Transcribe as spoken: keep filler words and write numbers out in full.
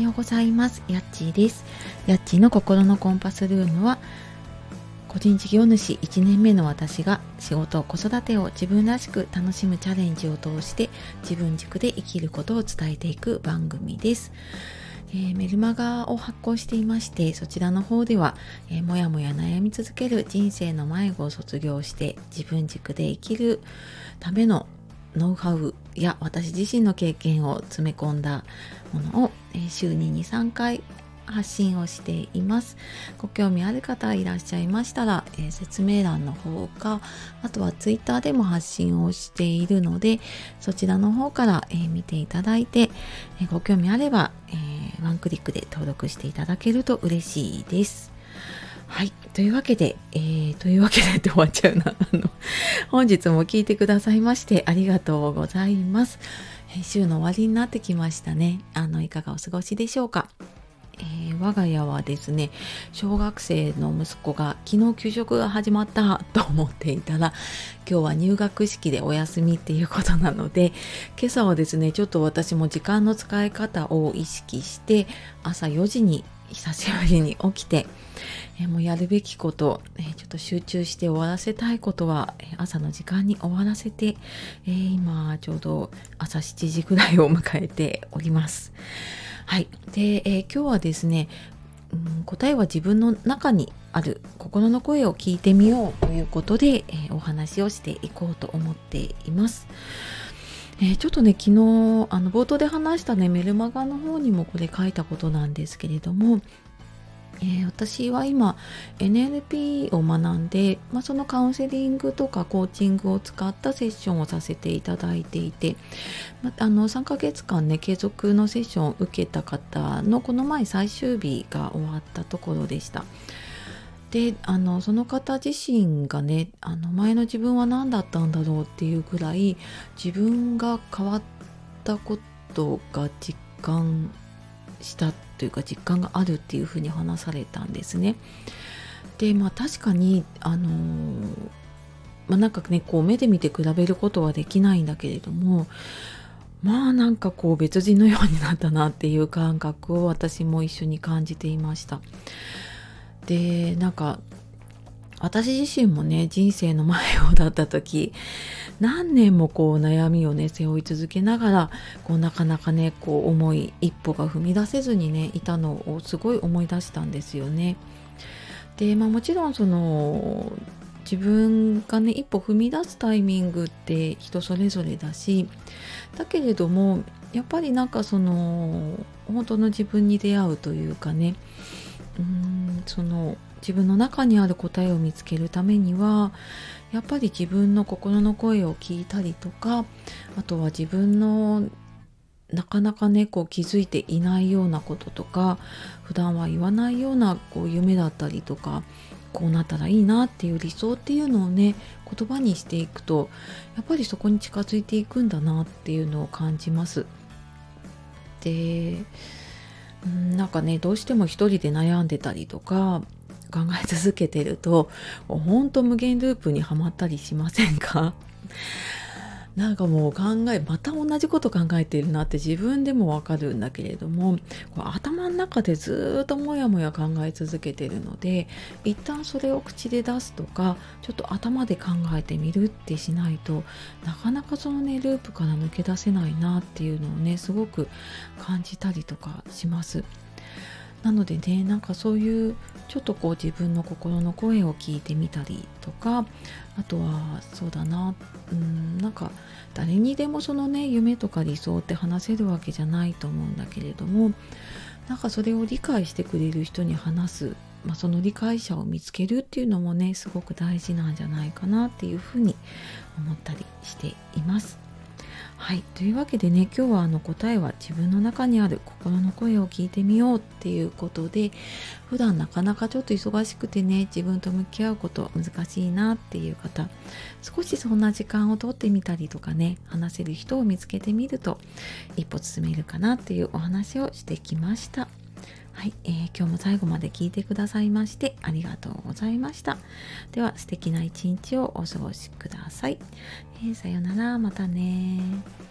ようございます。やっちーです。やっちーの心のコンパスルームは、個人事業主いちねんめの私が仕事、子育てを自分らしく楽しむチャレンジを通して自分軸で生きることを伝えていく番組です。えー、メルマガを発行していまして、そちらの方では、えー、もやもや悩み続ける人生の迷子を卒業して自分軸で生きるためのノウハウや私自身の経験を詰め込んだものを、えー、週にに、さんかい発信をしています。ご興味ある方いらっしゃいましたら、えー、説明欄の方か、あとはツイッターでも発信をしているので、そちらの方から、えー、見ていただいて、えー、ご興味あれば、えー、ワンクリックで登録していただけると嬉しいです。はい。というわけで、えー、というわけでって終わっちゃうな。あの、本日も聞いてくださいましてありがとうございます。えー、週の終わりになってきましたね。あの、いかがお過ごしでしょうか。えー、我が家はですね、小学生の息子が昨日給食が始まったと思っていたら、今日は入学式でお休みっていうことなので、今朝はですね、ちょっと私も時間の使い方を意識して朝よじに久しぶりに起きて、えー、もうやるべきこと、えー、ちょっと集中して終わらせたいことは、えー、朝の時間に終わらせて、えー、今ちょうど朝しちじぐらいを迎えております。はい。で、えー、今日はですね、うん、答えは自分の中にある心の声を聞いてみようということで、えー、お話をしていこうと思っています。えー、ちょっとね、昨日あの冒頭で話したね、メルマガの方にもこれ書いたことなんですけれども、えー、私は今 エヌエルピー を学んで、まあ、そのカウンセリングとかコーチングを使ったセッションをさせていただいていて、まあ、あのさんかげつかんね継続のセッションを受けた方のこの前最終日が終わったところでした。で、あのその方自身がね、あの前の自分は何だったんだろうっていうくらい自分が変わったことが実感したというか実感があるっていうふうに話されたんですね。で、まあ確かにあのー、まあなんかねこう目で見て比べることはできないんだけれども、まあなんかこう別人のようになったなっていう感覚を私も一緒に感じていました。で、なんか私自身もね人生の迷子だった時、何年もこう悩みをね背負い続けながらこうなかなかねこう重い一歩が踏み出せずにねいたのをすごい思い出したんですよね。で、まあもちろんその自分がね一歩踏み出すタイミングって人それぞれだし、だけれどもやっぱりなんかその本当の自分に出会うというかね、うーんその自分の中にある答えを見つけるためにはやっぱり自分の心の声を聞いたりとか、あとは自分のなかなかねこう気づいていないようなこととか、普段は言わないようなこう夢だったりとか、こうなったらいいなっていう理想っていうのをね言葉にしていくと、やっぱりそこに近づいていくんだなっていうのを感じます。で、うん、なんかねどうしても一人で悩んでたりとか考え続けてるとほんと無限ループにはまったりしませんか？なんかもう考えまた同じこと考えているなって自分でもわかるんだけれども、こう頭の中でずっともやもや考え続けているので、一旦それを口で出すとかちょっと頭で考えてみるってしないとなかなかそのねループから抜け出せないなっていうのをねすごく感じたりとかします。なのでね、なんかそういうちょっとこう自分の心の声を聞いてみたりとか、あとはそうだな、うん、なんか誰にでもそのね夢とか理想って話せるわけじゃないと思うんだけれども、なんかそれを理解してくれる人に話す、まあ、その理解者を見つけるっていうのもねすごく大事なんじゃないかなっていうふうに思ったりしています。はい。というわけでね、今日はあの答えは自分の中にある心の声を聞いてみようっていうことで、普段なかなかちょっと忙しくてね、自分と向き合うこと難しいなっていう方、少しそんな時間をとってみたりとかね、話せる人を見つけてみると一歩進めるかなっていうお話をしてきました。はい、えー、今日も最後まで聞いてくださいましてありがとうございました。では素敵な一日をお過ごしください。えー、さよなら、またね。